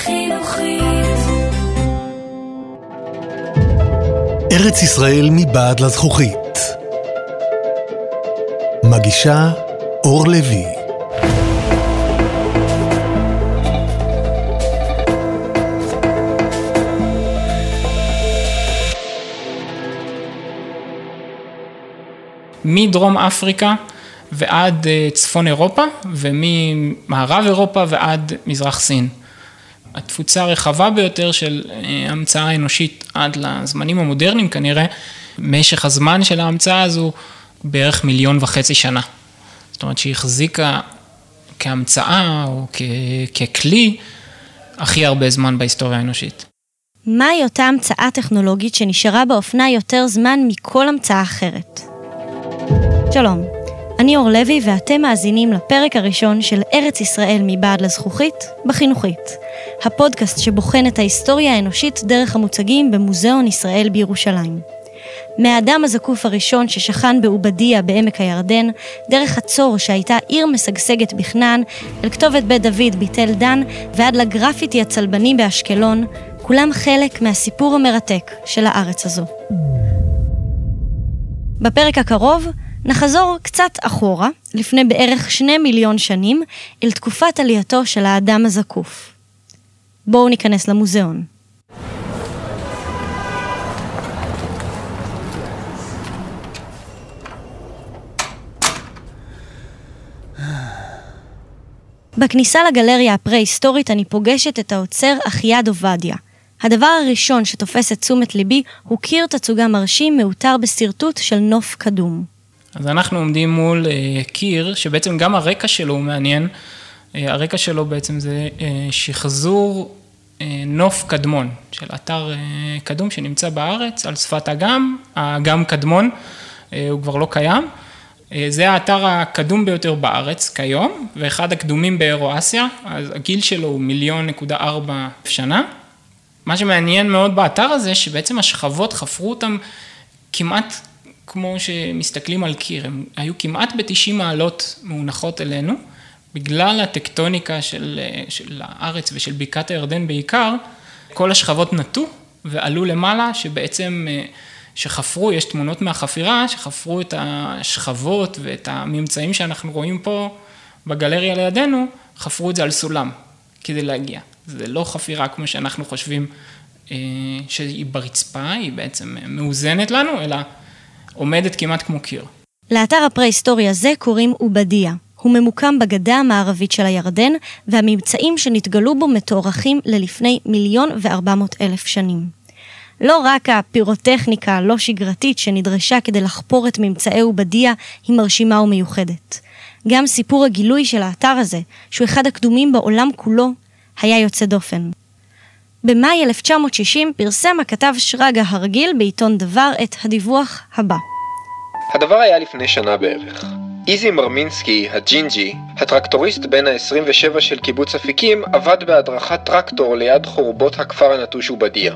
חינוכית. ארץ ישראל מבעד לזכוכית. מגישה אור לוי. מדרום אפריקה ועד צפון אירופה, וממערב אירופה ועד מזרח סין. התפוצה הרחבה ביותר של ההמצאה האנושית עד לזמנים המודרניים כנראה, משך הזמן של ההמצאה הזו בערך 1.5 מיליון שנה. זאת אומרת שהיא החזיקה כהמצאה או ככלי הכי הרבה זמן בהיסטוריה האנושית. מהי אותה המצאה טכנולוגית שנשארה באופנה יותר זמן מכל המצאה אחרת? שלום, אני אור לוי ואתם מאזינים לפרק הראשון של ארץ ישראל מבעד לזכוכית בחינוכית, הפודקאסט שבוחן את ההיסטוריה האנושית דרך המוצגים במוזיאון ישראל בירושלים. מהאדם הזקוף הראשון ששכן בעובדיה בעמק הירדן, דרך הצור שהייתה עיר משגשגת בכנען, אל כתובת בית דוד ביתל דן ועד לגרפיטי הצלבני באשקלון, כולם חלק מהסיפור המרתק של הארץ הזו. בפרק הקרוב נחזור קצת אחורה, לפני בערך 2 מיליון שנים, אל תקופת עלייתו של האדם הזקוף. בואו ניכנס למוזיאון. בכניסה לגלריה הפרה-היסטורית אני פוגשת את האוצר אחיעד עובדיה. הדבר הראשון שתופס את תשומת ליבי הוא קיר תצוגה מרשים מאותר בסרטוט של נוף קדום. אז אנחנו עומדים מול קיר שבעצם גם הרקע שלו הוא מעניין. הרקע שלו בעצם זה שחזור נוף קדמון של אתר קדום שנמצא בארץ על שפת אגם. האגם קדמון הוא כבר לא קיים. זה האתר הקדום ביותר בארץ כיום, ואחד הקדומים באירואסיה, אז הגיל שלו הוא 1.4 מיליון שנה. מה שמעניין מאוד באתר הזה, שבעצם השכבות חפרו אותם כמעט כמו שמסתכלים על קיר, הם היו כמעט ב-90 מעלות מונחות אלינו, בגלל הטקטוניקה של הארץ ושל בקעת הירדן בעיקר, כל השכבות נטו ועלו למעלה, שבעצם שחפרו, יש תמונות מהחפירה, שחפרו את השכבות ואת הממצאים שאנחנו רואים פה בגלריה לידינו, חפרו את זה על סולם כדי להגיע. זה לא חפירה כמו שאנחנו חושבים שהיא ברצפה, היא בעצם מאוזנת לנו, אלא עומדת כמעט כמו קיר. לאתר הפרה-היסטורי הזה קוראים עובדיה. הוא ממוקם בגדה המערבית של הירדן, והממצאים שנתגלו בו מתוארכים ללפני 1,400,000 שנים. לא רק הפירוטכניקה הלא שגרתית שנדרשה כדי לחפור את ממצאי עובדיה היא מרשימה ומיוחדת. גם סיפור הגילוי של האתר הזה, שהוא אחד הקדומים בעולם כולו, היה יוצא דופן. במאי 1960 פרסם הכתב שרגא הרגיל בעיתון דבר את הדיווח הבא. הדבר היה לפני שנה בערך. איזי מרמינסקי, הג'ינג'י, הטרקטוריסט בן ה-27 של קיבוץ אפיקים, עבד בהדרכת טרקטור ליד חורבות הכפר הנטוש עובדיה.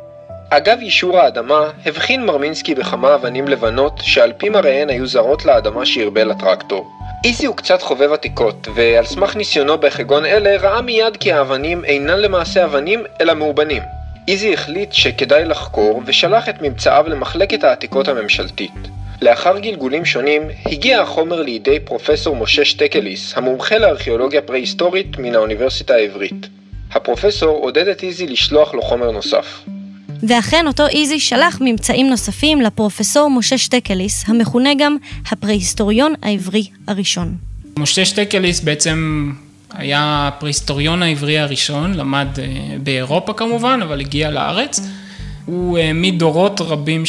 אגב אישור האדמה, הבחין מרמינסקי בכמה אבנים לבנות שעל פי מראיהן היו זרות לאדמה שהרבה לטרקטור. איזי הוא קצת חובב עתיקות, ועל סמך ניסיונו בחגון אלה ראה מיד כי האבנים אינן למעשה אבנים אלא מאובנים. איזי החליט שכדאי לחקור ושלח את ממצאיו למחלקת העתיקות הממשלתית. לאחר גלגולים שונים הגיע החומר לידי פרופסור משה שטקליס, המומחה לארכיאולוגיה פרה-היסטורית מן האוניברסיטה העברית. הפרופסור עודד את איזי לשלוח לו חומר נוסף. ואכן אותו איזי שלח ממצאים נוספים לפרופסור משה שטקליס, המכונה גם הפרה-היסטוריון העברי הראשון. משה שטקליס בעצם היה הפרה-היסטוריון העברי הראשון, למד באירופה כמובן, אבל הגיע לארץ. הוא מדורות רבים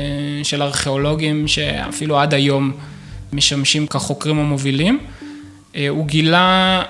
של ארכיאולוגים שאפילו עד היום משמשים כחוקרים המובילים. הוא גילה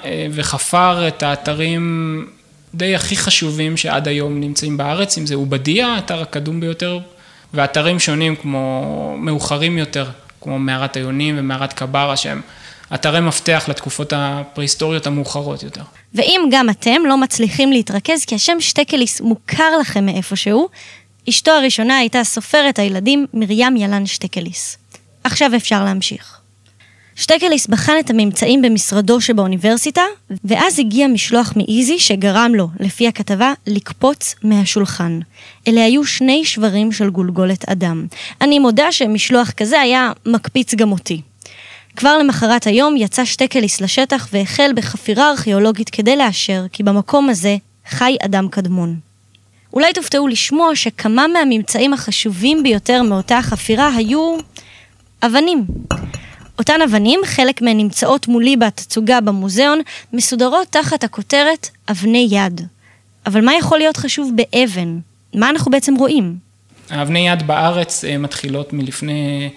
וחפר את האתרים די הכי חשובים שעד היום נמצאים בארץ, אם זה עובדיה, האתר הקדום ביותר, ואתרים שונים כמו מאוחרים יותר, כמו מערת היונים ומערת קברה, שהם אתרי מפתח לתקופות הפרה-היסטוריות המאוחרות יותר. ואם גם אתם לא מצליחים להתרכז, כי השם שטקליס מוכר לכם מאיפשהו, אשתו הראשונה הייתה סופרת הילדים מרים ילן שטקליס. עכשיו אפשר להמשיך. שטקליס בחן את הממצאים במשרדו שבאוניברסיטה, ואז הגיע משלוח מאיזי שגרם לו, לפי הכתבה, לקפוץ מהשולחן. אלה היו 2 שברים של גולגולת אדם. אני מודה שמשלוח כזה היה מקפיץ גם אותי. כבר למחרת היום יצא שטקליס לשטח והחל בחפירה ארכיאולוגית כדי לאשר כי במקום הזה חי אדם קדמון. אולי תופתעו לשמוע שכמה מהממצאים החשובים ביותר מאותה החפירה היו אבנים. אותן אבנים, חלק מהן נמצאות מולי בתצוגה במוזיאון, מסודרות תחת הכותרת אבני יד. אבל מה יכול להיות חשוב באבן? מה אנחנו בעצם רואים? האבני יד בארץ מתחילות מלפני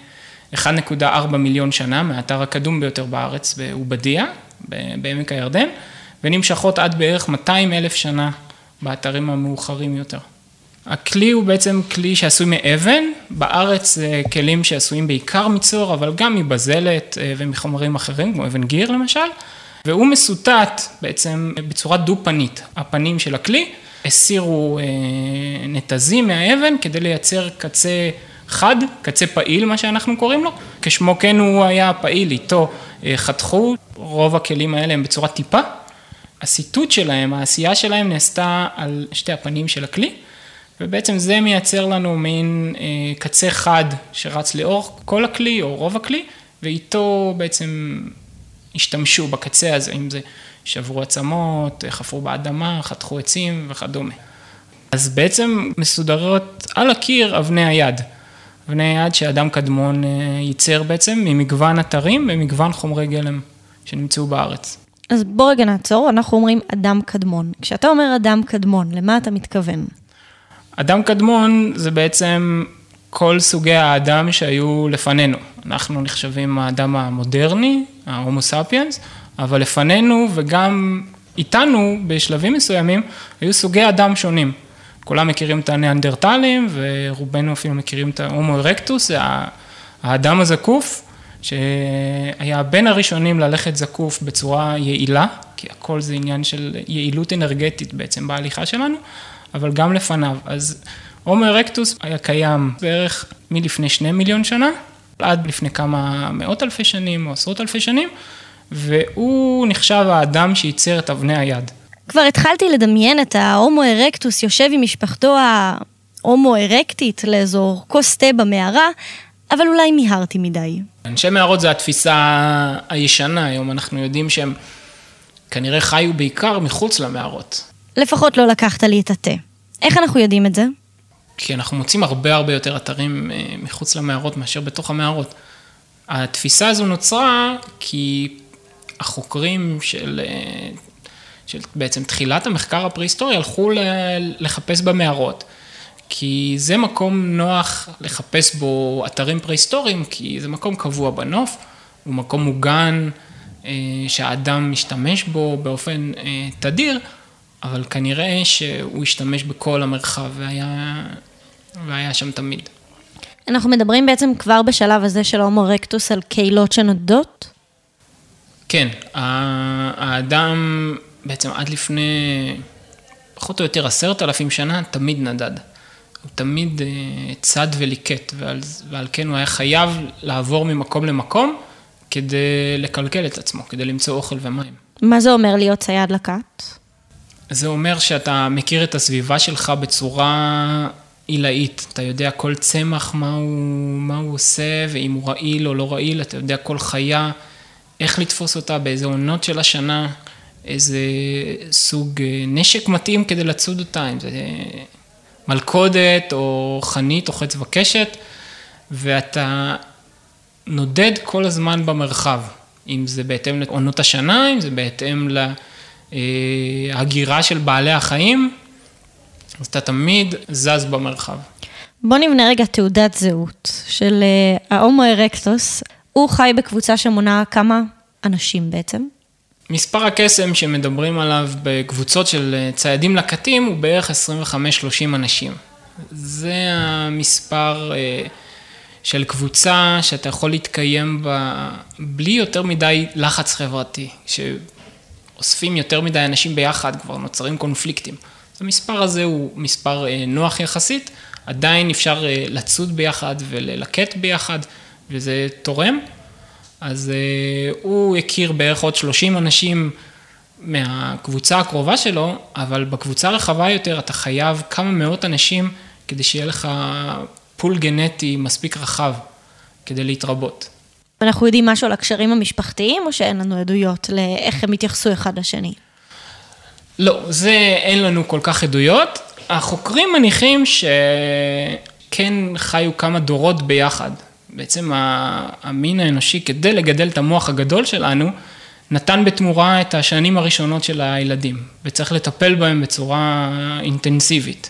1.4 מיליון שנה, מהאתר הקדום ביותר בארץ, בעובדיה, בעמק הירדן, ונמשכות עד בערך 200,000 שנה באתרים המאוחרים יותר. הכלי הוא בעצם כלי שעשוי מאבן, בארץ זה כלים שעשויים בעיקר מצור, אבל גם מבזלת ומחומרים אחרים, כמו אבן גיר למשל, והוא מסוטט בעצם בצורה דו-פנית. הפנים של הכלי הסירו נתזים מהאבן כדי לייצר קצה חד, קצה פעיל מה שאנחנו קוראים לו, כשמו כן הוא היה פעיל, איתו חתכו, רוב הכלים האלה הם בצורה טיפה, הסיטוט שלהם, העשייה שלהם נעשתה על 2 הפנים של הכלי, ובעצם זה מייצר לנו מין קצה חד שרץ לאורך כל הכלי או רוב הכלי, ואיתו בעצם השתמשו בקצה הזה, אם זה שברו עצמות, חפרו באדמה, חתכו עצים וכדומה. אז בעצם מסודרות על הקיר אבני היד. אבני היד שאדם קדמון ייצר בעצם ממגוון אתרים ומגוון חומרי גלם שנמצאו בארץ. אז בוא רגע נעצור, אנחנו אומרים אדם קדמון. כשאתה אומר אדם קדמון, למה אתה מתכוון? אדם קדמון זה בעצם כל סוגי האדם שהיו לפנינו. אנחנו נחשבים האדם המודרני, ההומו ספיאנס, אבל לפנינו וגם איתנו בשלבים מסוימים היו סוגי אדם שונים. כולם מכירים את הניאנדרטלים ורובנו אפילו מכירים את ההומו ארקטוס, זה האדם הזקוף שהיה בין הראשונים ללכת זקוף בצורה יעילה, כי הכל זה עניין של יעילות אנרגטית בעצם בהליכה שלנו, אבל גם לפניו. אז הומו ארקטוס היה קיים בערך מלפני 2 מיליון שנה, עד לפני כמה מאות אלפי שנים או עשרות אלפי שנים, והוא נחשב האדם שייצר את אבני היד. כבר התחלתי לדמיין את ההומו ארקטוס יושב עם משפחתו ההומו ארקטית לאזור כוס תה במערה, אבל אולי מיהרתי מדי. אנשי מערות זה התפיסה הישנה, היום אנחנו יודעים שהם כנראה חיו בעיקר מחוץ למערות. לפחות לא לקחת לי את התה. איך אנחנו יודעים את זה? כי אנחנו מוצאים הרבה יותר אתרים מחוץ למערות מאשר בתוך המערות. התפיסה הזו נוצרה כי החוקרים של בעצם תחילת המחקר הפרה-היסטורי הלכו לחפש במערות. כי זה מקום נוח לחפש בו אתרים פרה-היסטוריים, כי זה מקום קבוע בנוף, הוא מקום מוגן שהאדם משתמש בו באופן תדיר, אבל כנראה שהוא השתמש בכל המרחב והיה שם תמיד. אנחנו מדברים בעצם כבר בשלב הזה של ההומו ארקטוס על קהילות שנודדות? כן, האדם בעצם עד לפני פחות או יותר 10,000 שנה תמיד נדד. הוא תמיד צד וליקט, ועל כן הוא היה חייב לעבור ממקום למקום כדי לקלקל את עצמו, כדי למצוא אוכל ומים. מה זה אומר להיות צייד לקט? זה אומר שאתה מכיר את הסביבה שלך בצורה עילאית. אתה יודע כל צמח מה הוא עושה, ואם הוא רעיל או לא רעיל, אתה יודע כל חיה, איך לתפוס אותה, באיזה עונות של השנה, איזה סוג נשק מתאים כדי לצוד אותה, אם זה מלכודת או חנית או חץ וקשת, ואתה נודד כל הזמן במרחב, אם זה בהתאם לעונות השנה, אם זה בהתאם להגירה של בעלי החיים, אז אתה תמיד זז במרחב. בוא נבנה רגע תעודת זהות של ההומו ארקטוס. הוא חי בקבוצה שמונה כמה אנשים בעצם? מספר הקסם שמדברים עליו בקבוצות של ציידים לקטים הוא בערך 25-30 אנשים. זה המספר של קבוצה שאתה יכול להתקיים בה בלי יותר מדי לחץ חברתי, שאוספים יותר מדי אנשים ביחד, כבר נוצרים קונפליקטים. אז המספר הזה הוא מספר נוח יחסית, עדיין אפשר לצוד ביחד וללקט ביחד, וזה תורם, אז הוא הכיר בערך עוד 30 אנשים מהקבוצה הקרובה שלו, אבל בקבוצה הרחבה יותר אתה חייב כמה מאות אנשים כדי שיהיה לך פול גנטי מספיק רחב כדי להתרבות. אנחנו יודעים משהו על הקשרים המשפחתיים, או שאין לנו עדויות לאיך הם התייחסו אחד לשני? לא, זה אין לנו כל כך עדויות. החוקרים מניחים שכן חיו כמה דורות ביחד. בעצם המין האנושי, כדי לגדל את המוח הגדול שלנו, נתן בתמורה את השנים הראשונות של הילדים, וצריך לטפל בהם בצורה אינטנסיבית.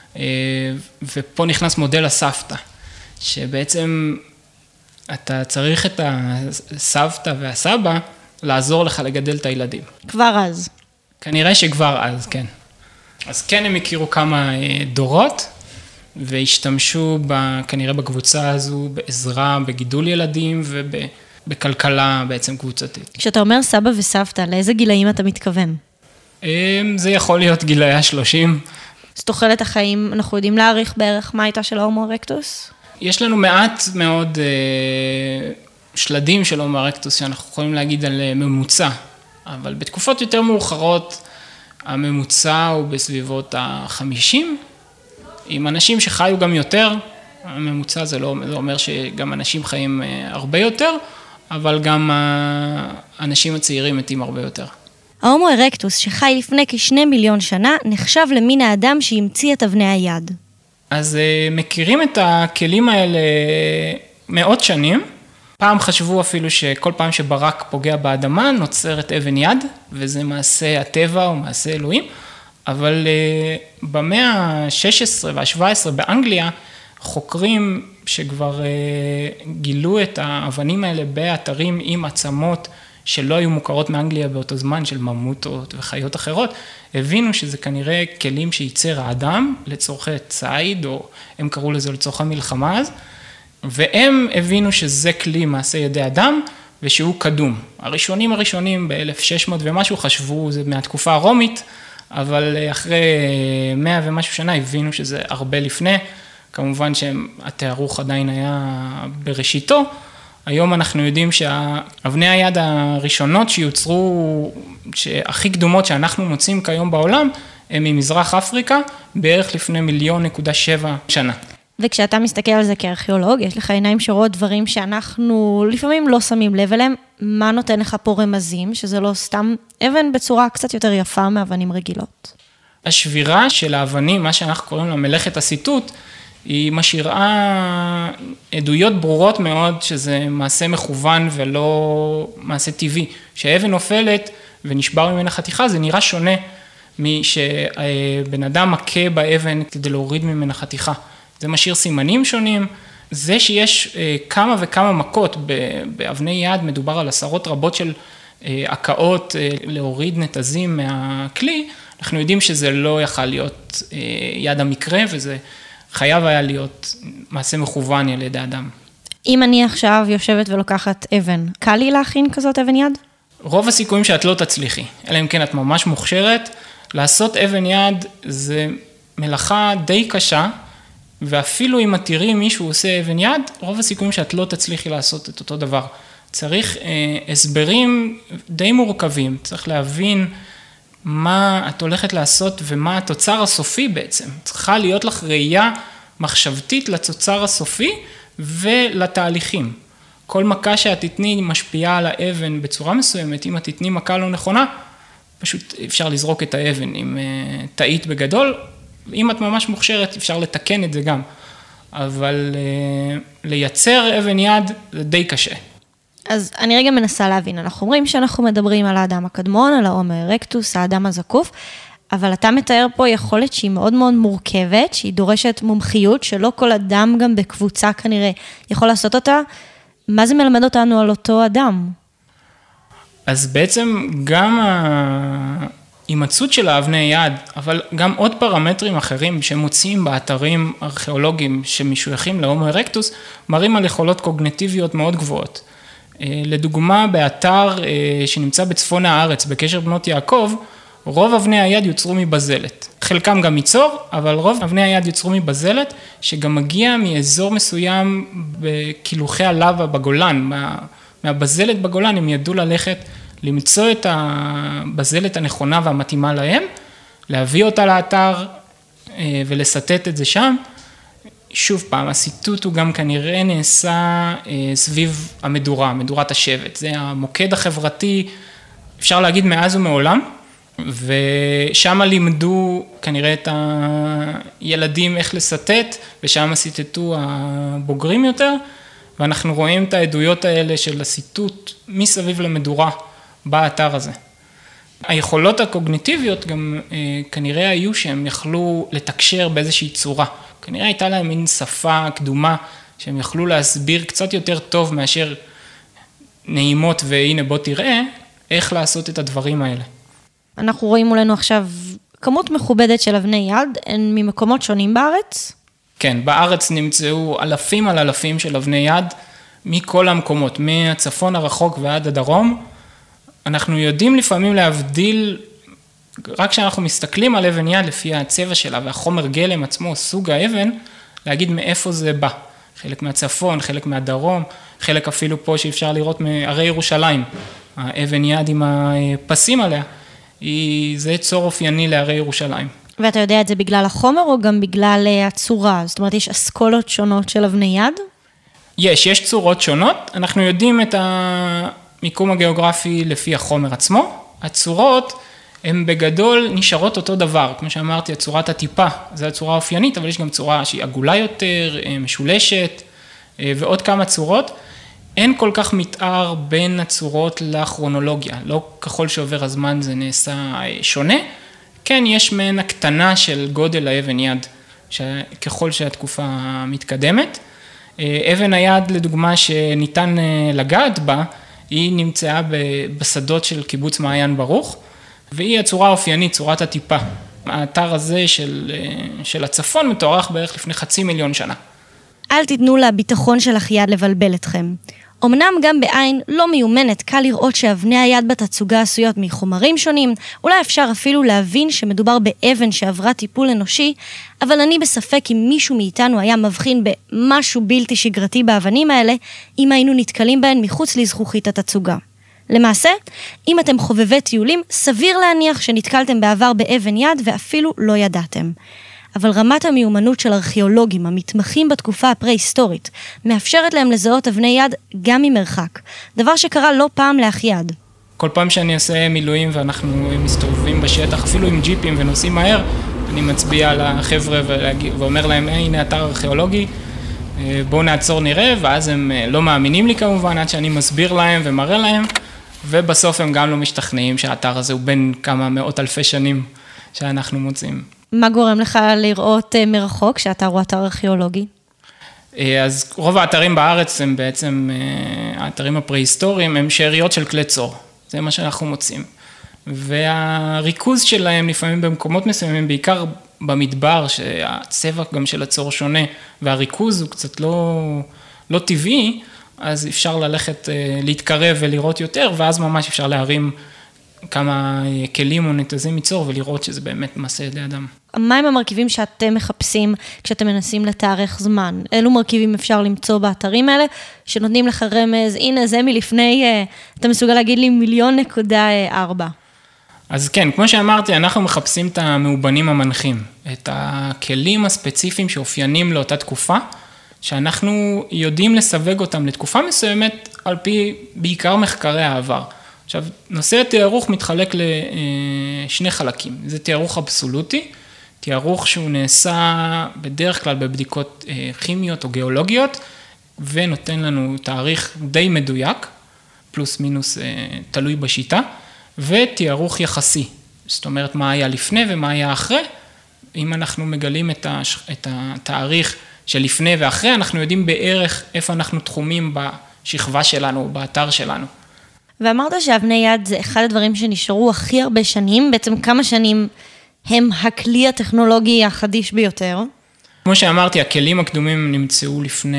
ופה נכנס מודל הסבתא, שבעצם אתה צריך את הסבתא והסבא לעזור לך לגדל את הילדים. כבר אז. כנראה שכבר אז, כן. אז כן הם הכירו כמה דורות, והשתמשו כנראה בקבוצה הזו בעזרה, בגידול ילדים ובכלכלה בעצם קבוצתית. כשאתה אומר סבא וסבתא, לאיזה גילאים אתה מתכוון? זה יכול להיות גילאי ה-30. אז תוחלת החיים, אנחנו יודעים להעריך בערך מה הייתה של ההומו ארקטוס? יש לנו מעט מאוד שלדים של הומו ארקטוס שאנחנו יכולים להגיד על ממוצע, אבל בתקופות יותר מאוחרות הממוצע הוא בסביבות ה-50, עם אנשים שחיו גם יותר, הממוצע זה לא אומר שגם אנשים חיים הרבה יותר, אבל גם האנשים הצעירים מתים הרבה יותר. ההומו ארקטוס שחי לפני כ2 מיליון שנה נחשב למין האדם שהמציא את אבני היד. אז מכירים את הכלים האלה מאות שנים. פעם חשבו אפילו שכל פעם שברק פוגע באדמה נוצרת אבן יד, וזה מעשה הטבע או מעשה אלוהים. אבל במאה ה-16 וה-17 באנגליה, חוקרים שכבר גילו את האבנים האלה באתרים עם עצמות שלא היו מוכרות מאנגליה באותו זמן, של ממוטות וחיות אחרות, הבינו שזה כנראה כלים שייצר האדם לצורכי ציד, או הם קראו לזה לצורך המלחמה אז, והם הבינו שזה כלי מעשה ידי אדם, ושהוא קדום. הראשונים ב-1600 ומשהו חשבו, זה מהתקופה הרומית, אבל אחרי 100 ומשהו שנה הבינו שזה הרבה לפני, כמובן שהתארוך עדיין היה בראשיתו, היום אנחנו יודעים שהאבני היד הראשונות שיוצרו, שהכי קדומות שאנחנו מוצאים כיום בעולם, הם ממזרח אפריקה, בערך לפני 1.7 מיליון שנה. וכשאתה מסתכל על זה כארכיאולוג, יש לך עיניים שרואות דברים שאנחנו לפעמים לא שמים לב אליהם, מה נותן לך פה רמזים, שזה לא סתם אבן בצורה קצת יותר יפה מאבנים רגילות? השבירה של האבנים, מה שאנחנו קוראים לה מלאכת הסיטוט, היא משאירה עדויות ברורות מאוד שזה מעשה מכוון ולא מעשה טבעי. כשהאבן נופלת ונשבר ממנה חתיכה, זה נראה שונה משבן אדם מכה באבן כדי להוריד ממנה חתיכה. זה משאיר סימנים שונים. זה שיש כמה וכמה מכות באבני יד, מדובר על עשרות רבות של הקאות להוריד נתזים מהכלי, אנחנו יודעים שזה לא יכל להיות יד המקרה, וזה חייב היה להיות מעשה מכוון על ידי אדם. אם אני עכשיו יושבת ולוקחת אבן, קל לי להכין כזאת אבן יד? רוב הסיכויים שאת לא תצליחי, אלא אם כן את ממש מוכשרת, לעשות אבן יד זה מלאכה די קשה, ואפילו אם את תראי מישהו עושה אבן יד, רוב הסיכויים שאת לא תצליחי לעשות את אותו דבר. צריך הסברים די מורכבים, צריך להבין מה את הולכת לעשות ומה התוצר הסופי בעצם. צריכה להיות לך ראייה מחשבתית לתוצר הסופי ולתהליכים. כל מכה שאת תתני משפיעה על האבן בצורה מסוימת, אם את תתני מכה לא נכונה, פשוט אפשר לזרוק את האבן עם תאית בגדול, אם את ממש מוכשרת אפשר לתקן את זה גם, אבל לייצר אבן יד זה די קשה. אז אני רגע מנסה להבין, אנחנו אומרים שאנחנו מדברים על האדם הקדמון, על ההומו ארקטוס, האדם הזקוף, אבל אתה מתאר פה יכולת שהיא מאוד מאוד מורכבת, שהיא דורשת מומחיות, שלא כל אדם גם בקבוצה כנראה יכול לעשות אותה. מה זה מלמד אותנו על אותו אדם? אז בעצם גם ההימצאות של האבני יד, אבל גם עוד פרמטרים אחרים שמוצאים באתרים ארכיאולוגיים שמשויכים להומו ארקטוס, מראים על יכולות קוגניטיביות מאוד גבוהות. לדוגמה, באתר שנמצא בצפון הארץ, בקשר בנות יעקב, רוב אבני היד יוצרו מבזלת. חלקם גם מצור, אבל רוב אבני היד יוצרו מבזלת, שגם מגיע מאזור מסוים בקילוחי הלבה בגולן, מהבזלת בגולן הם ידעו ללכת, למצוא את הבזלת הנכונה והמתאימה להם, להביא אותה לאתר ולסטט את זה שם. שוב פעם, הסיטוט הוא גם כנראה נעשה סביב המדורה, מדורת השבט. זה המוקד החברתי, אפשר להגיד מאז ומעולם, ושם לימדו כנראה את הילדים איך לסטט, ושם סיטטו הבוגרים יותר, ואנחנו רואים את העדויות האלה של הסיטוט מסביב למדורה באתר הזה. היכולות הקוגניטיביות גם כנראה היו שהם יכלו לתקשר באיזושהי צורה. כנראה הייתה להם מין שפה קדומה שהם יכלו להסביר קצת יותר טוב מאשר נעימות והנה בוא תראה איך לעשות את הדברים האלה. אנחנו רואים מולנו עכשיו כמות מכובדת של אבני יד, הן ממקומות שונים בארץ? כן, בארץ נמצאו אלפים על אלפים של אבני יד מכל המקומות, מהצפון הרחוק ועד הדרום. אנחנו יודעים לפעמים להבדיל, רק כשאנחנו מסתכלים על אבן יד לפי הצבע שלה והחומר גלם עצמו, סוג האבן, להגיד מאיפה זה בא. חלק מהצפון, חלק מהדרום, חלק אפילו פה שאפשר לראות מהרי ירושלים. האבן יד עם הפסים עליה, זה צור אופייני להרי ירושלים. ואתה יודע את זה בגלל החומר או גם בגלל הצורה? זאת אומרת, יש אסכולות שונות של אבני יד? יש צורות שונות. אנחנו יודעים את המיקום הגיאוגרפי לפי החומר עצמו. הצורות הן בגדול נשארות אותו דבר. כמו שאמרתי, צורת הטיפה, זו הצורה האופיינית, אבל יש גם צורה שהיא עגולה יותר, משולשת, ועוד כמה צורות. אין כל כך מתאר בין הצורות לכרונולוגיה. לא ככל שעובר הזמן זה נעשה שונה. כן, יש מעין הקטנה של גודל האבן יד, ככל שהתקופה מתקדמת. אבן היד, לדוגמה, שניתן לגעת בה, היא נמצאה בשדות של קיבוץ מעיין ברוך, והיא הצורה האופיינית, צורת הטיפה. האתר הזה של הצפון מתוארך בערך לפני 500,000 שנה. אל תיתנו לביטחון שלך יד לבלבל אתכם. אמנם גם בעין לא מיומנת קל לראות שאבני היד בתצוגה עשויות מחומרים שונים, אולי אפשר אפילו להבין שמדובר באבן שעברה טיפול אנושי, אבל אני בספק אם מישהו מאיתנו היה מבחין במשהו בלתי שגרתי באבנים האלה, אם היינו נתקלים בהן מחוץ לזכוכית התצוגה. למעשה, אם אתם חובבי טיולים, סביר להניח שנתקלתם בעבר באבן יד ואפילו לא ידעתם. אבל רמת המיומנות של ארכיאולוגים המתמחים בתקופה הפרה-היסטורית מאפשרת להם לזהות אבני יד גם ממרחק, דבר שקרה לא פעם לאח יד. כל פעם שאני עושה מילואים ואנחנו מסתובבים בשטח, אפילו עם ג'יפים ונוסעים מהר, אני מצביע על החבר'ה ואומר להם, הנה אתר ארכיאולוגי, בואו נעצור נראה, ואז הם לא מאמינים לי כמובן, עד שאני מסביר להם ומראה להם, ובסוף הם גם לא משתכנעים שהאתר הזה הוא בין כמה מאות אלפי שנים שאנחנו מוצאים. מה גורם לך לראות מרחוק שהאתר הוא אתר ארכיאולוגי? אז רוב האתרים בארץ הם בעצם, האתרים הפרה-היסטוריים הם שאריות של כלי צור. זה מה שאנחנו מוצאים. והריכוז שלהם לפעמים במקומות מסוימים, בעיקר במדבר, שהצבע גם של הצור שונה, והריכוז הוא קצת לא טבעי, אז אפשר ללכת, להתקרב ולראות יותר, ואז ממש אפשר להרים כמה כלים או נתזים מצור ולראות שזה באמת מעשה ידי אדם. מה הם המרכיבים שאתם מחפשים כשאתם מנסים לתארך זמן? אילו מרכיבים אפשר למצוא באתרים האלה שנותנים לך רמז, הנה זה מלפני, אתה מסוגל להגיד לי 1,000,000.4. אז כן, כמו שאמרתי, אנחנו מחפשים את המאובנים המנחים, את הכלים הספציפיים שאופיינים לאותה תקופה, שאנחנו יודעים לסווג אותם לתקופה מסוימת על פי בעיקר מחקרי העבר. עכשיו, נושא התיארוך מתחלק לשני חלקים. זה תיארוך אבסולוטי, תיארוך שהוא נעשה בדרך כלל בבדיקות כימיות או גיאולוגיות, ונותן לנו תאריך די מדויק, פלוס מינוס תלוי בשיטה, ותיארוך יחסי. זאת אומרת, מה היה לפני ומה היה אחרי. אם אנחנו מגלים את התאריך של לפני ואחרי, אנחנו יודעים בערך איפה אנחנו תחומים בשכבה שלנו, באתר שלנו. ואמרת שאבני יד זה אחד הדברים שנשארו הכי הרבה שנים, בעצם כמה שנים הם הכלי הטכנולוגי החדיש ביותר? כמו שאמרתי, הכלים הקדומים נמצאו לפני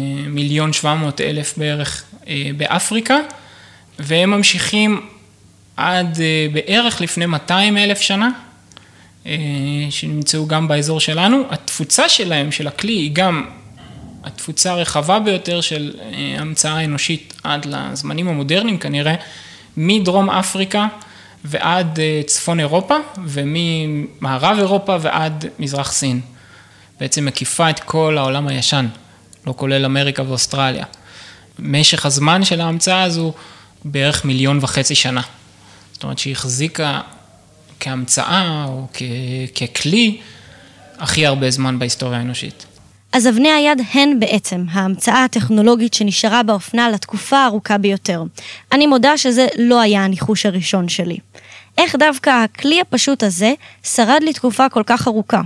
1,700,000 בערך באפריקה, והם ממשיכים עד בערך לפני 200,000 שנה, שנמצאו גם באזור שלנו. התפוצה שלהם, של הכלי, היא גם התפוצה הרחבה ביותר של המצאה האנושית עד לזמנים המודרניים כנראה, מדרום אפריקה ועד צפון אירופה, וממערב אירופה ועד מזרח סין. בעצם מקיפה את כל העולם הישן, לא כולל אמריקה ואוסטרליה. משך הזמן של ההמצאה הזו בערך 1.5 מיליון שנה. זאת אומרת שהיא החזיקה כהמצאה או ככלי הכי הרבה זמן בהיסטוריה האנושית. אז אבני היד הן בעצם ההמצאה הטכנולוגית שנשארה באופנה לתקופה הארוכה ביותר. אני מודה שזה לא היה הניחוש הראשון שלי. איך דווקא הכלי הפשוט הזה שרד לתקופה כל כך ארוכה?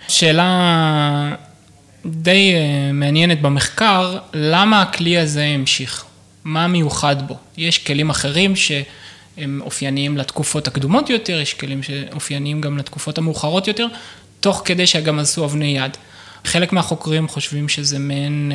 שאלה די מעניינת במחקר, למה הכלי הזה המשיך? מה מיוחד בו? יש כלים אחרים שהם אופייניים לתקופות הקדומות יותר, יש כלים שאופייניים גם לתקופות המאוחרות יותר, תוך כדי שגם עשו אבני יד. חלק מהחוקרים חושבים שזה מעין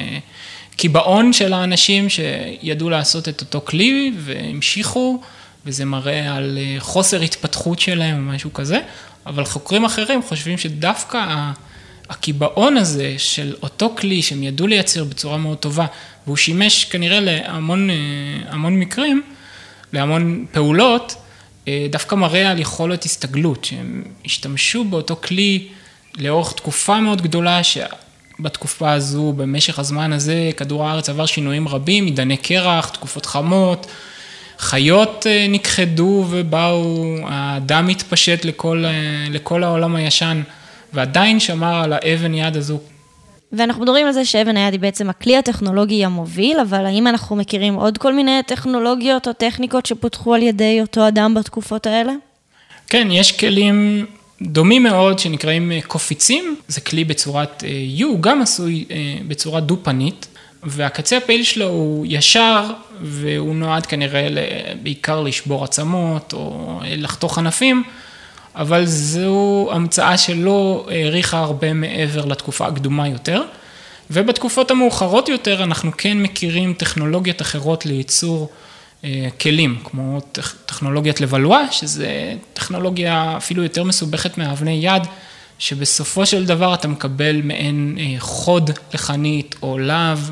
קיבעון של האנשים שידעו לעשות את אותו כלי והמשיכו, וזה מראה על חוסר התפתחות שלהם או משהו כזה, אבל חוקרים אחרים חושבים שדווקא הקיבעון הזה של אותו כלי שהם ידעו לייצר בצורה מאוד טובה, והוא שימש כנראה להמון מקרים, להמון פעולות, דווקא מראה על יכולת הסתגלות, שהם השתמשו באותו כלי לאורך תקופה מאוד גדולה, שבתקופה הזו, במשך הזמן הזה, כדור הארץ עבר שינויים רבים, עידני קרח, תקופות חמות, חיות נכחדו ובאו, האדם התפשט לכל העולם הישן, ועדיין שמר על האבן יד הזו. ואנחנו מדברים על זה שאבן היד היא בעצם הכלי הטכנולוגי המוביל, אבל האם אנחנו מכירים עוד כל מיני טכנולוגיות או טכניקות שפותחו על ידי אותו אדם בתקופות האלה? כן, יש כלים דומים מאוד שנקראים קופיצים, זה כלי בצורת U, הוא גם עשוי בצורה דו-פנית, והקצה הפעיל שלו הוא ישר, והוא נועד כנראה בעיקר לשבור עצמות או לחתוך ענפים, אבל זו המצאה שלא העריכה הרבה מעבר לתקופה הקדומה יותר, ובתקופות המאוחרות יותר אנחנו כן מכירים טכנולוגיות אחרות לייצור כלים, כמו טכנולוגיית לבלואה, שזה טכנולוגיה אפילו יותר מסובכת מהאבני יד, שבסופו של דבר אתה מקבל מעין חוד לחנית או לב,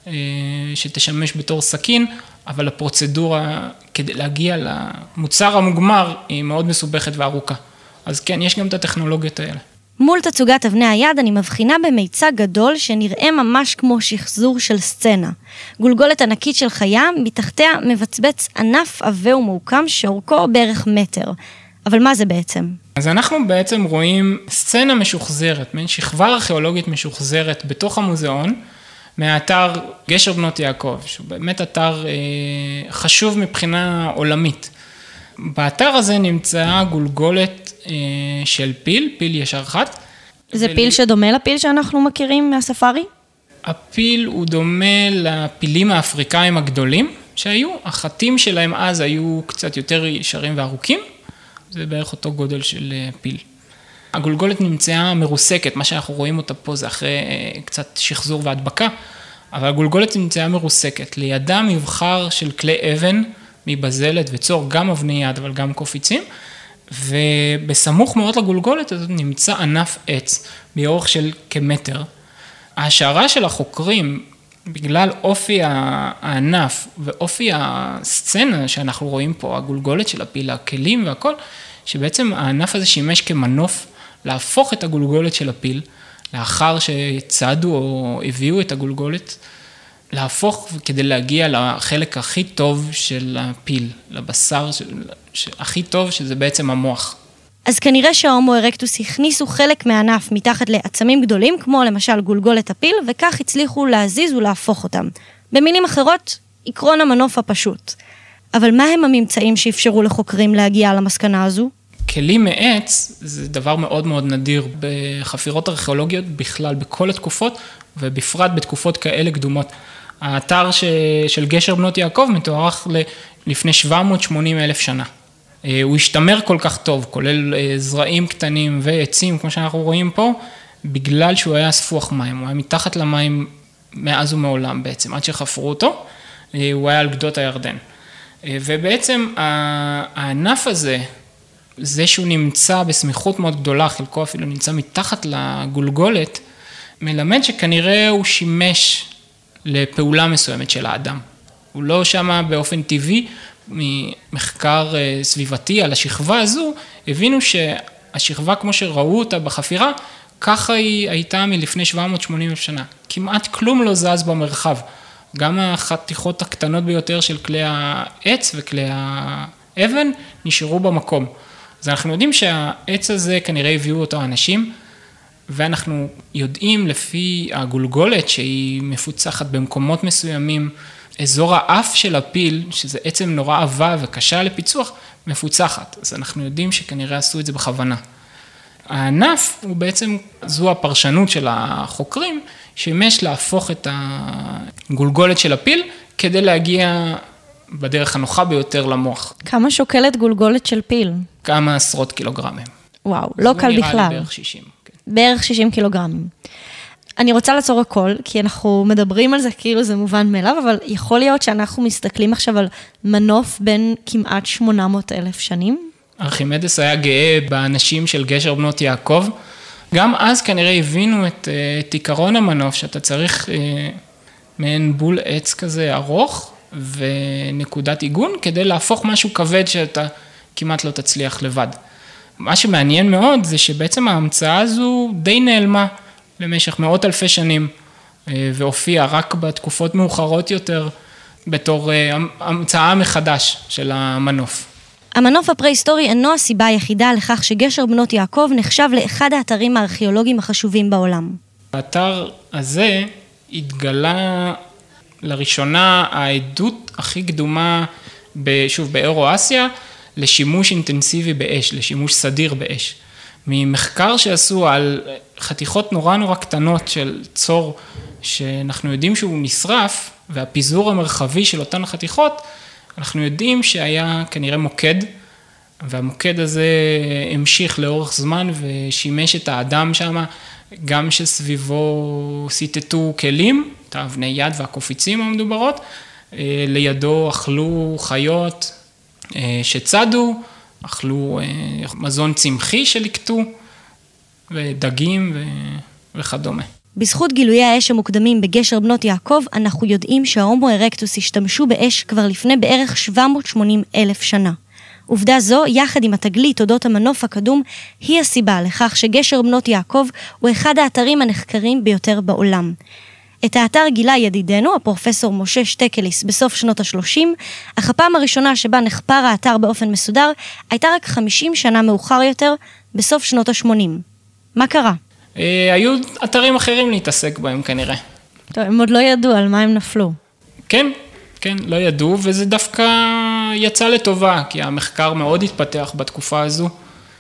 שתשמש בתור סכין, אבל הפרוצדורה כדי להגיע למוצר המוגמר היא מאוד מסובכת וארוכה. אז כן, יש גם את הטכנולוגיות האלה. מול תצוגת אבני היד אני מבחינה במיצג גדול שנראה ממש כמו שחזור של סצנה. גולגולת ענקית של חיה, מתחתיה מבצבץ ענף עבה ומעוקם שאורכו בערך מטר. אבל מה זה בעצם? אז אנחנו בעצם רואים סצנה משוחזרת, מעין שכבה ארכיאולוגית משוחזרת בתוך המוזיאון, מהאתר גשר בנות יעקב, שהוא באמת אתר חשוב מבחינה עולמית. באתר הזה נמצאה גולגולת של פיל ישר חת. זה פיל שדומה לפיל שאנחנו מכירים מהספארי? הפיל הוא דומה לפילים האפריקאים הגדולים שהיו, החתים שלהם אז היו קצת יותר ישרים וארוכים, זה בערך אותו גודל של פיל. הגולגולת נמצאה מרוסקת, מה שאנחנו רואים אותה פה זה אחרי קצת שחזור והדבקה, אבל הגולגולת נמצאה מרוסקת, לידה מבחר של כלי אבן מבזלת וצור, גם אבני יד אבל גם קופיצים, ובסמוך מאוד לגולגולת הזאת נמצא ענף עץ באורך של כמטר. ההשערה של החוקרים, בגלל אופי הענף ואופי הסצנה שאנחנו רואים פה, הגולגולת של הפיל, הכלים והכל, שבעצם הענף הזה שימש כמנוף להפוך את הגולגולת של הפיל, לאחר שצעדו או הביאו את הגולגולת, להפוך כדי להגיע לחלק הכי טוב של הפיל, לבשר הכי טוב, שזה בעצם המוח. אז כנראה שההומו ארקטוס הכניסו חלק מהענף מתחת לעצמים גדולים, כמו למשל גולגולת הפיל, וכך הצליחו להזיז ולהפוך אותם. במילים אחרות, עקרון המנוף הפשוט. אבל מה הם הממצאים שאפשרו לחוקרים להגיע למסקנה הזו? כלים מעץ זה דבר מאוד מאוד נדיר בחפירות ארכיאולוגיות בכלל, בכל התקופות, ובפרט בתקופות כאלה קדומות. האתר של גשר בנות יעקב מתוארך לפני 780,000 שנה. הוא השתמר כל כך טוב, כולל זרעים קטנים ועצים, כמו שאנחנו רואים פה, בגלל שהוא היה ספוח מים, הוא היה מתחת למים מאז ומעולם בעצם, עד שחפרו אותו, הוא היה על גדות הירדן. ובעצם הענף הזה, זה שהוא נמצא בסמיכות מאוד גדולה, חלקו אפילו נמצא מתחת לגולגולת, מלמד שכנראה הוא שימש לפעולה מסוימת של האדם. הוא לא שמה באופן טבעי, ממחקר סביבתי על השכבה הזו, הבינו שהשכבה כמו שראו אותה בחפירה, ככה היא הייתה מלפני 780 שנה. כמעט כלום לא זז במרחב. גם החתיכות הקטנות ביותר של כלי העץ וכלי האבן נשארו במקום. אז אנחנו יודעים שהעץ הזה כנראה הביאו אותו אנשים, ואנחנו יודעים לפי הגולגולת שהיא מפוצחת במקומות מסוימים, אזור האף של הפיל, שזה עצם נורא עבה וקשה לפיצוח, מפוצחת. אז אנחנו יודעים שכנראה עשו את זה בכוונה. הענף הוא בעצם, זו הפרשנות של החוקרים, שימש להפוך את הגולגולת של הפיל, כדי להגיע בדרך הנוחה ביותר למוח. כמה שוקלת גולגולת של פיל? כמה עשרות קילוגרמים. וואו, לא קל בכלל. נראה לי בערך 60. כן. בערך 60 קילוגרמים. אני רוצה לעצור הכל, כי אנחנו מדברים על זה כאילו זה מובן מאליו, אבל יכול להיות שאנחנו מסתכלים עכשיו על מנוף בין כמעט 800,000 שנים. ארכימדס היה גאה באנשים של גשר בנות יעקב. גם אז כנראה הבינו את עיקרון המנוף, שאתה צריך מעין בול עץ כזה ארוך ונקודת עיגון, כדי להפוך משהו כבד שאתה כמעט לא תצליח לבד. מה שמעניין מאוד זה שבעצם ההמצאה הזו די נעלמה למשך מאות אלפי שנים, והופיעה רק בתקופות מאוחרות יותר, בתור המצאה מחדש של המנוף. המנוף הפרה-היסטורי אינו הסיבה היחידה לכך שגשר בנות יעקב נחשב לאחד האתרים הארכיאולוגיים החשובים בעולם. באתר הזה התגלה לראשונה העדות הכי קדומה, שוב באירו-אסיה, לשימוש אינטנסיבי באש, לשימוש סדיר באש. ממחקר שעשו על חתיכות נורא קטנות של צור, שאנחנו יודעים שהוא נשרף, והפיזור המרחבי של אותן חתיכות, אנחנו יודעים שהיה כנראה מוקד, והמוקד הזה המשיך לאורך זמן ושימש את האדם שם, גם שסביבו סיטטו כלים, את האבני יד והקופיצים המדוברות, לידו אכלו חיות שצדו, אכלו מזון צמחי שלקטו, ודגים וכדומה. בזכות גילויי האש המוקדמים בגשר בנות יעקב, אנחנו יודעים שההומו ארקטוס השתמשו באש כבר לפני בערך 780,000 שנה. עובדה זו, יחד עם התגלית אודות המנוף הקדום, היא הסיבה לכך שגשר בנות יעקב הוא אחד האתרים הנחקרים ביותר בעולם. את האתר גילה ידידנו, הפרופסור משה שטקליס, בסוף שנות ה-30, אך הפעם הראשונה שבה נחפר האתר באופן מסודר, הייתה רק 50 שנה מאוחר יותר, בסוף שנות ה-80. מה קרה? היו אתרים אחרים להתעסק בהם כנראה. טוב, הם עוד לא ידעו על מה הם נפלו. כן, לא ידעו, וזה דווקא יצא לטובה, כי המחקר מאוד התפתח בתקופה הזו,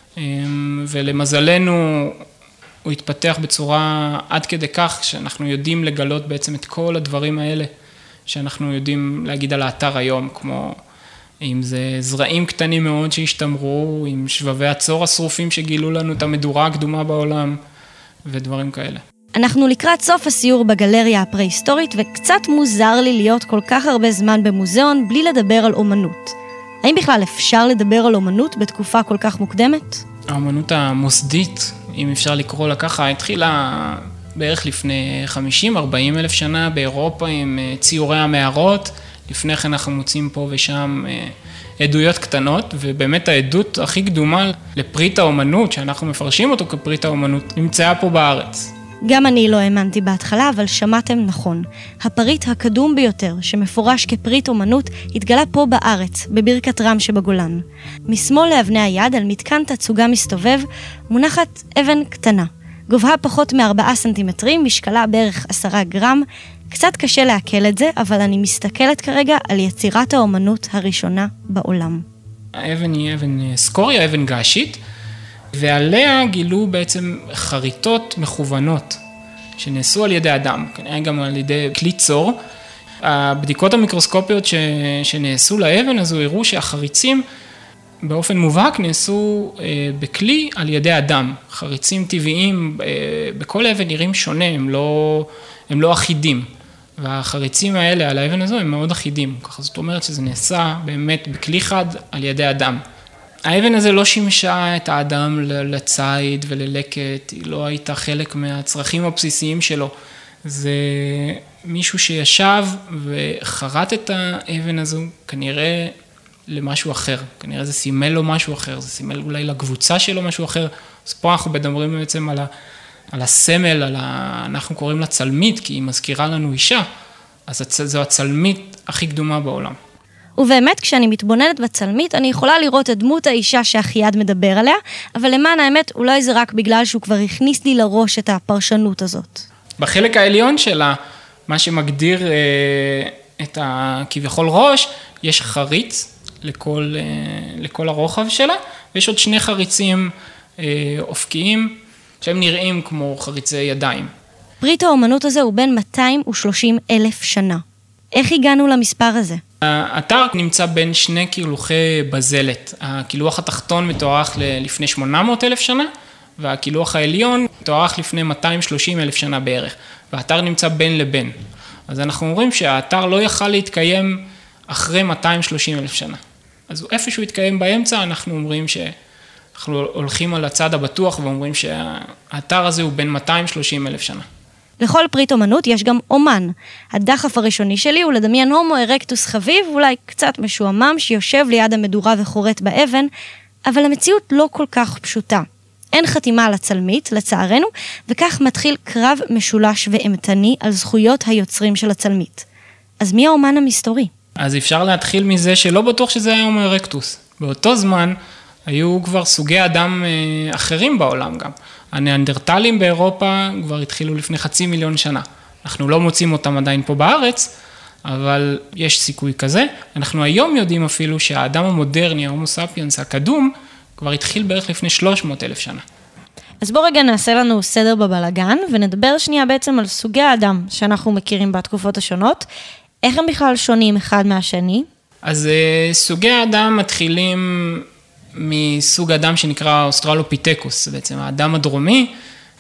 ולמזלנו הוא התפתח בצורה עד כדי כך, שאנחנו יודעים לגלות בעצם את כל הדברים האלה, שאנחנו יודעים להגיד על האתר היום, כמו אם זה זרעים קטנים מאוד שהשתמרו, עם שבבי הצור השרופים שגילו לנו את המדורה הקדומה בעולם, ודברים כאלה. אנחנו לקראת סוף הסיור בגלריה הפרה-היסטורית, וקצת מוזר לי להיות כל כך הרבה זמן במוזיאון בלי לדבר על אומנות. האם בכלל אפשר לדבר על אומנות בתקופה כל כך מוקדמת? האומנות המוסדית, אם אפשר לקרוא לה ככה, התחילה בערך לפני 50-40 אלף שנה באירופה עם ציורי המערות. לפני כן אנחנו מוצאים פה ושם עדויות קטנות, ובאמת העדות הכי קדומה לפריט האומנות, שאנחנו מפרשים אותו כפריט האומנות, נמצאה פה בארץ. גם אני לא האמנתי בהתחלה, אבל שמעתם נכון. הפריט הקדום ביותר, שמפורש כפריט אומנות, התגלה פה בארץ, בברכת רם שבגולן. משמאל לאבני היד, על מתקן תצוגה מסתובב, מונחת אבן קטנה. גובהה פחות מ4 סנטימטרים, משקלה בערך 10 גרם. קצת קשה לעכל את זה, אבל אני מסתכלת כרגע על יצירת האומנות הראשונה בעולם. האבן היא אבן סקוריה, אבן געשית, ועליה גילו בעצם חריטות מכוונות שנעשו על ידי אדם, כנראה גם על ידי כלי צור. הבדיקות המיקרוסקופיות שנעשו לאבן הזו הראו שהחריצים באופן מובהק נעשו בכלי על ידי אדם. חריצים טבעיים בכל אבן נראים שונה, הם לא אחידים. והחריצים האלה על האבן הזו הם מאוד אחידים. ככה זאת אומרת שזה נעשה באמת בכלי חד על ידי אדם. האבן הזה לא שימשה את האדם לציד וללקט, היא לא הייתה חלק מהצרכים הבסיסיים שלו. זה מישהו שישב וחרט את האבן הזו, כנראה למשהו אחר, כנראה זה סימל לו משהו אחר, זה סימל אולי לקבוצה שלו משהו אחר. אז פה אנחנו מדברים בעצם על הסמל, אנחנו קוראים לה צלמית, כי היא מזכירה לנו אישה, אז זו הצלמית הכי קדומה בעולם. ובאמת, כשאני מתבוננת בצלמית, אני יכולה לראות את דמות האישה שאחיעד מדבר עליה, אבל למען האמת, אולי זה רק בגלל שהוא כבר הכניס לי לראש את הפרשנות הזאת. בחלק העליון שלה, מה שמגדיר את כביכול ראש, יש חריץ לכל הרוחב שלה, ויש עוד 2 חריצים אופקיים, שהם נראים כמו חריצי ידיים. ברית האומנות הזה הוא בין 230,000 שנה. איך הגענו למספר הזה? האתר נמצא בין 2 קילוחי בזלת. הקילוח התחתון מתוארך לפני 800,000 שנה, והקילוח העליון מתוארך לפני 230,000 שנה בערך. והאתר נמצא בין לבין. אז אנחנו אומרים שהאתר לא יכל להתקיים אחרי 230,000 שנה. אז איפשהו התקיים באמצע, אנחנו אומרים שאנחנו הולכים על הצד הבטוח, ואומרים שהאתר הזה הוא בין 230,000 שנה. לכל פריט אומנות יש גם אומן. הדחף הראשוני שלי הוא לדמיין הומו ארקטוס חביב, אולי קצת משועמם, שיושב ליד המדורה וחורט באבן, אבל המציאות לא כל כך פשוטה. אין חתימה על הצלמית, לצערנו, וכך מתחיל קרב משולש ואימתני על זכויות היוצרים של הצלמית. אז מי האומן המסתורי? אז אפשר להתחיל מזה שלא בטוח שזה היה הומו ארקטוס. באותו זמן היו כבר סוגי אדם אחרים בעולם גם. הניאנדרטלים באירופה כבר התחילו לפני 500,000 שנה. אנחנו לא מוצאים אותם עדיין פה בארץ, אבל יש סיכוי כזה. אנחנו היום יודעים אפילו שהאדם המודרני, ההומו ספיאנס הקדום, כבר התחיל בערך לפני 300,000 שנה. אז בוא רגע נעשה לנו סדר בבלגן, ונדבר שנייה בעצם על סוגי האדם שאנחנו מכירים בתקופות השונות. איך הם בכלל שונים אחד מהשני? אז סוגי האדם מתחילים מסוג אדם שנקרא אוסטרלופיתקוס, בעצם האדם הדרומי,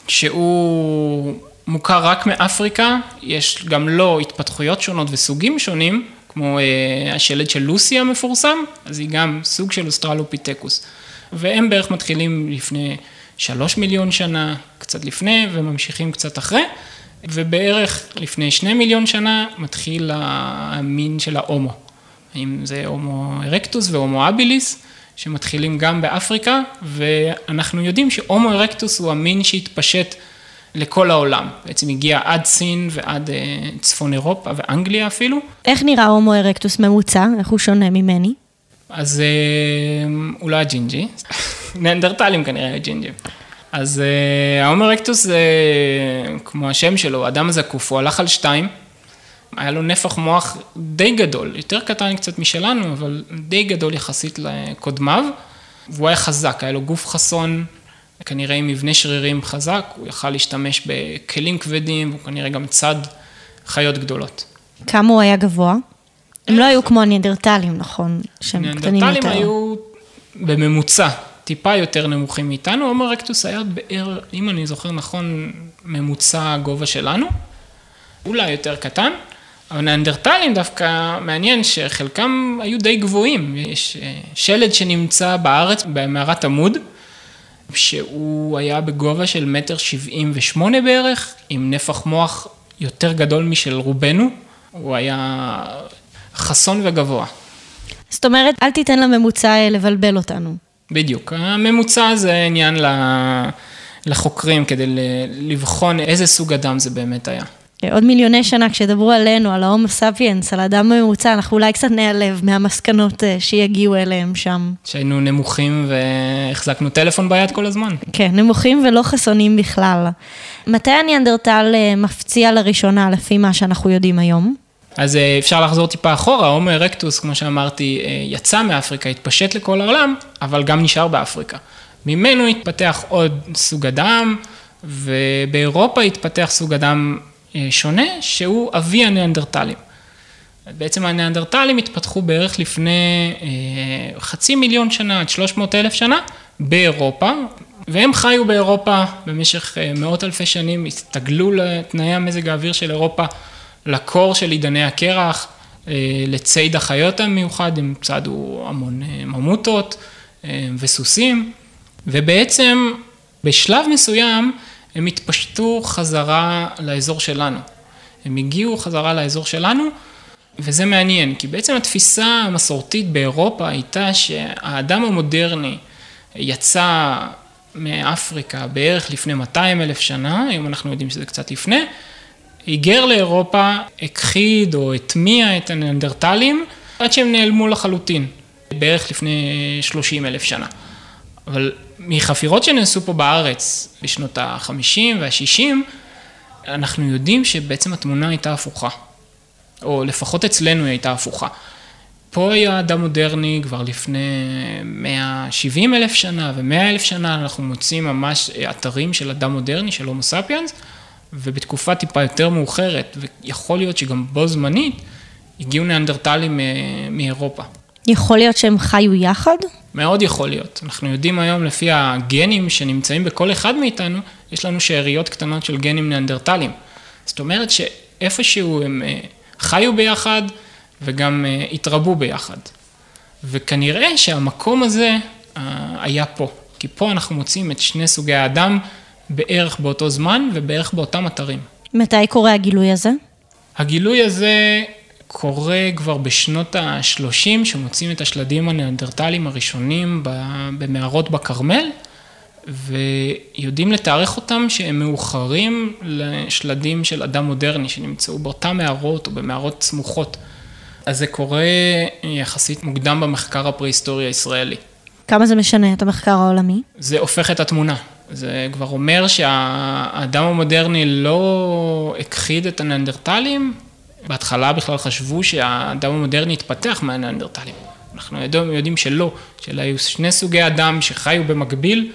שהוא מוכר רק מאפריקה, יש גם לו התפתחויות שונות וסוגים שונים, כמו השלד של לוסי המפורסם, אז היא גם סוג של אוסטרלופיתקוס. והם בערך מתחילים לפני 3 מיליון שנה, קצת לפני, וממשיכים קצת אחרי, ובערך לפני 2 מיליון שנה מתחיל המין של ההומו. האם זה הומו ארקטוס והומו אביליס, שמתחילים גם באפריקה, ואנחנו יודעים שהומו ארקטוס הוא המין שהתפשט לכל העולם. בעצם הגיע עד סין ועד צפון אירופה ואנגליה אפילו. איך נראה הומו ארקטוס ממוצע? איך הוא שונה ממני? אז הוא לא הג'ינג'י, ניאנדרטלים כנראה הג'ינג'י. אז ההומו ארקטוס זה כמו השם שלו, אדם זקוף, הוא הלך על 2, היה לו נפח מוח די גדול, יותר קטן קצת משלנו, אבל די גדול יחסית לקודמיו, והוא היה חזק, היה לו גוף חסון, כנראה עם מבנה שרירים חזק, הוא יכל להשתמש בכלים כבדים, והוא כנראה גם צד חיות גדולות. כמה הוא היה גבוה? הם לא היו כמו הניאנדרטלים, נכון? הניאנדרטלים היו בממוצע, טיפה יותר נמוכים מאיתנו, הומו ארקטוס היה בערך, אם אני זוכר נכון, ממוצע הגובה שלנו, אולי יותר קטן, אבל ניאנדרטלים דווקא מעניין שחלקם היו די גבוהים. יש שלד שנמצא בארץ במערת עמוד, שהוא היה בגובה של 1.78 בערך, עם נפח מוח יותר גדול משל רובנו, הוא היה חסון וגבוה. זאת אומרת, אל תיתן לממוצע לבלבל אותנו. בדיוק, הממוצע זה עניין לחוקרים כדי לבחון איזה סוג אדם זה באמת היה. עוד מיליוני שנה כשדברו עלינו, על ההומו ספיאנס, על האדם הממוצע, אנחנו אולי קצת נעלב מהמסקנות שיגיעו אליהם שם. שהיינו נמוכים והחזקנו טלפון ביד כל הזמן. כן, נמוכים ולא חסונים בכלל. מתי הניאנדרטל מפציע לראשונה לפי מה שאנחנו יודעים היום? אז אפשר לחזור טיפה אחורה, ההומו ארקטוס, כמו שאמרתי, יצא מאפריקה, התפשט לכל העולם, אבל גם נשאר באפריקה. ממנו התפתח עוד סוג אדם, ובאירופה התפתח סוג אדם שונה, שהוא אבי הניאנדרטלים. בעצם הניאנדרטלים התפתחו בערך לפני 500,000 שנה, עד 300,000 שנה, באירופה, והם חיו באירופה במשך מאות אלפי שנים, הסתגלו לתנאי המזג האוויר של אירופה, לקור של עידני הקרח, לציד החיות המיוחד, הם צדו המון ממוטות, וסוסים, ובעצם בשלב מסוים הם התפשטו חזרה לאזור שלנו. הם הגיעו חזרה לאזור שלנו, וזה מעניין, כי בעצם התפיסה המסורתית באירופה הייתה שהאדם המודרני יצא מאפריקה בערך לפני 200,000 שנה, היום אנחנו יודעים שזה קצת לפני, היגר לאירופה, הכחיד או הטמיע את הנאנדרטלים, עד שהם נעלמו לחלוטין, בערך לפני 30,000 שנה. אבל מחפירות שנעשו פה בארץ בשנות ה-50 וה-60, אנחנו יודעים שבעצם התמונה הייתה הפוכה, או לפחות אצלנו היא הייתה הפוכה. פה היה אדם מודרני כבר לפני 170,000 שנה ו100,000 שנה, אנחנו מוצאים ממש אתרים של אדם מודרני, של הומו ספיאנס, ובתקופה טיפה יותר מאוחרת, ויכול להיות שגם בו זמנית, הגיעו נאנדרטלים מאירופה. יכול להיות שהם חיו יחד? מאוד יכול להיות. אנחנו יודעים היום לפי הגנים שנמצאים בכל אחד מאיתנו, יש לנו שאריות קטנות של גנים נאנדרטלים. זאת אומרת שאיפשהו הם חיו ביחד וגם התרבו ביחד. וכנראה שהמקום הזה היה פה. כי פה אנחנו מוצאים את שני סוגי האדם בערך באותו זמן ובערך באותם אתרים. מתי קורה הגילוי הזה? הגילוי הזה קורה כבר בשנות ה-30, שמוצאים את השלדים הנאנדרטליים הראשונים במערות בכרמל, ויודעים לתארך אותם שהם מאוחרים לשלדים של אדם מודרני, שנמצאו באותם מערות או במערות סמוכות. אז זה קורה יחסית מוקדם במחקר הפרה-היסטורי הישראלי. כמה זה משנה את המחקר העולמי? זה הופך את התמונה. זה כבר אומר שהאדם המודרני לא הכחיד את הנאנדרטלים, בהתחלה בכלל חשבו שהאדם המודרני התפתח מהנאנדרטלים. אנחנו יודעים שלא, שאלה היו שני סוגי אדם שחיו במקביל,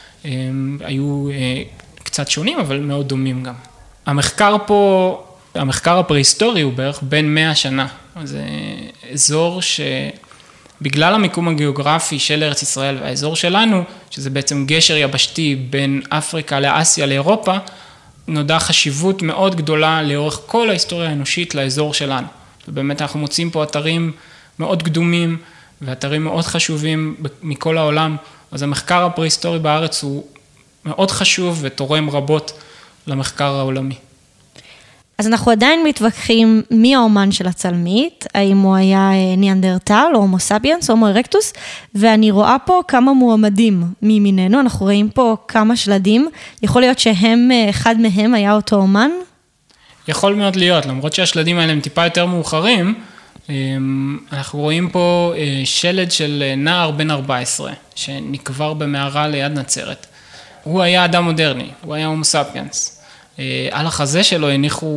היו קצת שונים, אבל מאוד דומים גם. המחקר פה, המחקר הפרה-היסטורי הוא בערך בין 100 שנה. זה אזור שבגלל המיקום הגיאוגרפי של ארץ ישראל והאזור שלנו, שזה בעצם גשר יבשתי בין אפריקה לאסיה לאירופה, נודע חשיבות מאוד גדולה לאורך כל ההיסטוריה האנושית לאזור שלנו. ובאמת אנחנו מוצאים פה אתרים מאוד קדומים ואתרים מאוד חשובים מכל העולם. אז המחקר הפרה-היסטורי בארץ הוא מאוד חשוב ותורם רבות למחקר העולמי. אז אנחנו עדיין מתווכחים מי האומן של הצלמית, האם הוא היה ניאנדרטל או הומו ספיאנס או הומו ארקטוס, ואני רואה פה כמה מועמדים מימיננו, אנחנו רואים פה כמה שלדים, יכול להיות שהם, אחד מהם היה אותו אומן? יכול מאוד להיות, למרות שהשלדים האלה הם טיפה יותר מאוחרים, אנחנו רואים פה שלד של נער בן 14, שנקבר במערה ליד נצרת. הוא היה אדם מודרני, הוא היה הומו ספיאנס. על החזה שלו הניחו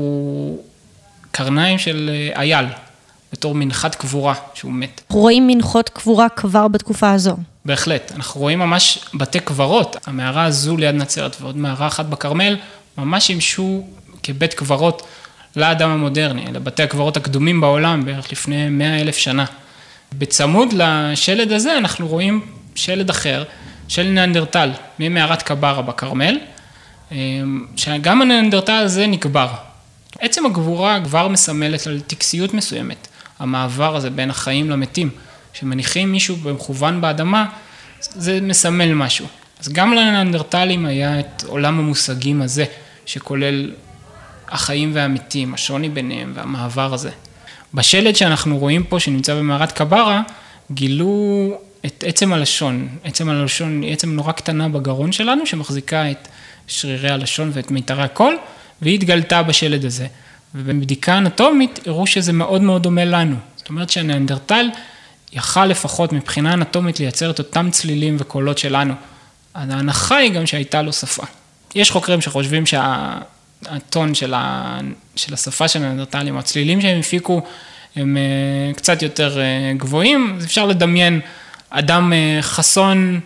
קרניים של אייל, בתור מנחת קבורה שהוא מת. אנחנו רואים מנחות קבורה כבר בתקופה הזו. בהחלט, אנחנו רואים ממש בתי קברות, המערה הזו ליד נצרת ועוד מערה אחת בכרמל, ממש שימשו כבית קברות לאדם המודרני, לבתי הקברות הקדומים בעולם, בערך לפני 100,000 שנה. בצמוד לשלד הזה אנחנו רואים שלד אחר, של נאנדרטל, ממערת קברה בכרמל, שגם הנאנדרטל הזה נקבר. עצם הגבורה כבר מסמלת על טקסיות מסוימת, המעבר הזה בין החיים למתים, שמניחים מישהו במכוון באדמה, זה מסמל משהו. אז גם לנאנדרטלים היה את עולם המושגים הזה, שכולל החיים והמתים, השוני ביניהם והמעבר הזה. בשלד שאנחנו רואים פה, שנמצא במערת קברה, גילו את עצם הלשון. עצם הלשון היא עצם נורא קטנה בגרון שלנו, שמחזיקה את שרירי הלשון ואת מיתרי הקול, והיא התגלתה בשלד הזה. ובבדיקה אנטומית הראו שזה מאוד מאוד דומה לנו. זאת אומרת שהנאנדרטל יכל לפחות מבחינה אנטומית לייצר את אותם צלילים וקולות שלנו. ההנחה היא גם שהייתה לו שפה. יש חוקרים שחושבים שהטון של השפה של הנאנדרטלים, הצלילים שהם הפיקו, הם קצת יותר גבוהים, אז אפשר לדמיין אדם חסון,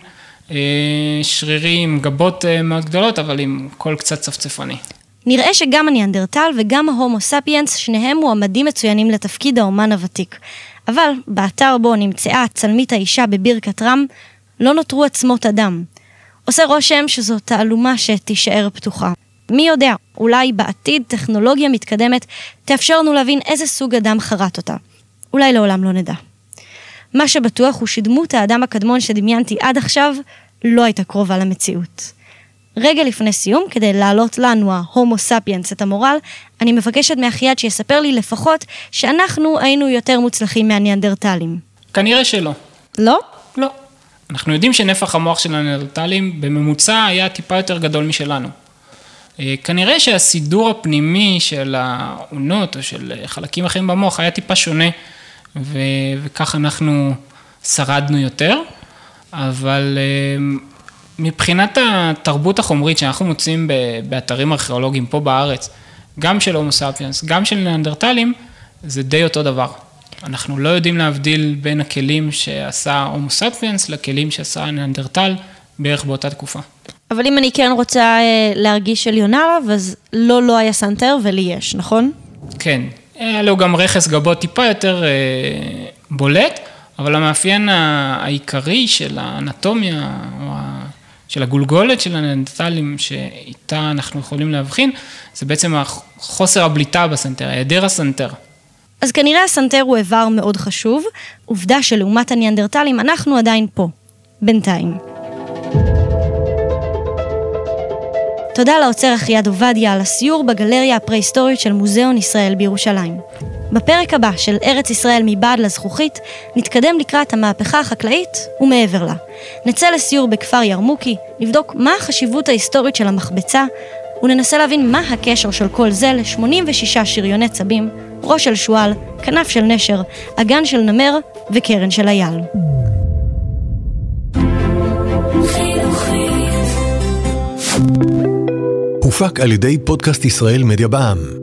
שרירי עם גבות מאוד גדולות, אבל עם קול קצת צפצפני. נראה שגם הניאנדרטל וגם ההומו ספיאנס, שניהם מועמדים מצוינים לתפקיד האומן הוותיק. אבל באתר בו נמצאה צלמית האישה בברכת רם, לא נותרו עצמות אדם. עושה רושם שזו תעלומה שתישאר פתוחה. מי יודע, אולי בעתיד טכנולוגיה מתקדמת תאפשר לנו להבין איזה סוג אדם חרט אותה. אולי לעולם לא נדע. מה שבטוח הוא שדמות האדם הקדמון שדמיינתי עד עכשיו לא הייתה קרובה למציאות. רגע לפני סיום, כדי להעלות לנו, ההומו ספיאנס, את המורל, אני מבקשת מאחיעד שיספר לי לפחות שאנחנו היינו יותר מוצלחים מהניאנדרטלים. כנראה שלא. לא? לא. אנחנו יודעים שנפח המוח של הניאנדרטלים בממוצע היה טיפה יותר גדול משלנו. כנראה שהסידור הפנימי של העונות או של חלקים אחרים במוח היה טיפה שונה, וכך אנחנו שרדנו יותר, אבל מבחינת התרבות החומרית שאנחנו מוצאים באתרים ארכיאולוגיים פה בארץ, גם של הומו ספיאנס, גם של ניאנדרטלים, זה די אותו דבר. אנחנו לא יודעים להבדיל בין הכלים שעשה הומו ספיאנס לכלים שעשה ניאנדרטל בערך באותה תקופה. אבל אם אני כן רוצה להרגיש עליונה עליו, אז לא היה סנטר ולי יש, נכון? כן, היה לו גם רכס גבות טיפה יותר בולט, אבל המאפיין העיקרי של האנטומיה, או של הגולגולת של הניאנדרטלים שאיתה אנחנו יכולים להבחין, זה בעצם חוסר הבליטה בסנטר, היעדר הסנטר. אז כנראה הסנטר הוא איבר מאוד חשוב, עובדה שלעומת הניאנדרטלים אנחנו עדיין פה, בינתיים. תודה לעוצר אחיעד עובדיה על הסיור בגלריה הפרה-היסטורית של מוזיאון ישראל בירושלים. בפרק הבא של ארץ ישראל מבעד לזכוכית, נתקדם לקראת המהפכה החקלאית ומעבר לה. נצא לסיור בכפר ירמוקי, נבדוק מה החשיבות ההיסטורית של המחבצה, וננסה להבין מה הקשר של כל זה ל-86 שריוני צבים, ראש של שואל, כנף של נשר, אגן של נמר וקרן של אייל. הופק על ידי פודקאסט ישראל מדיה בע"מ.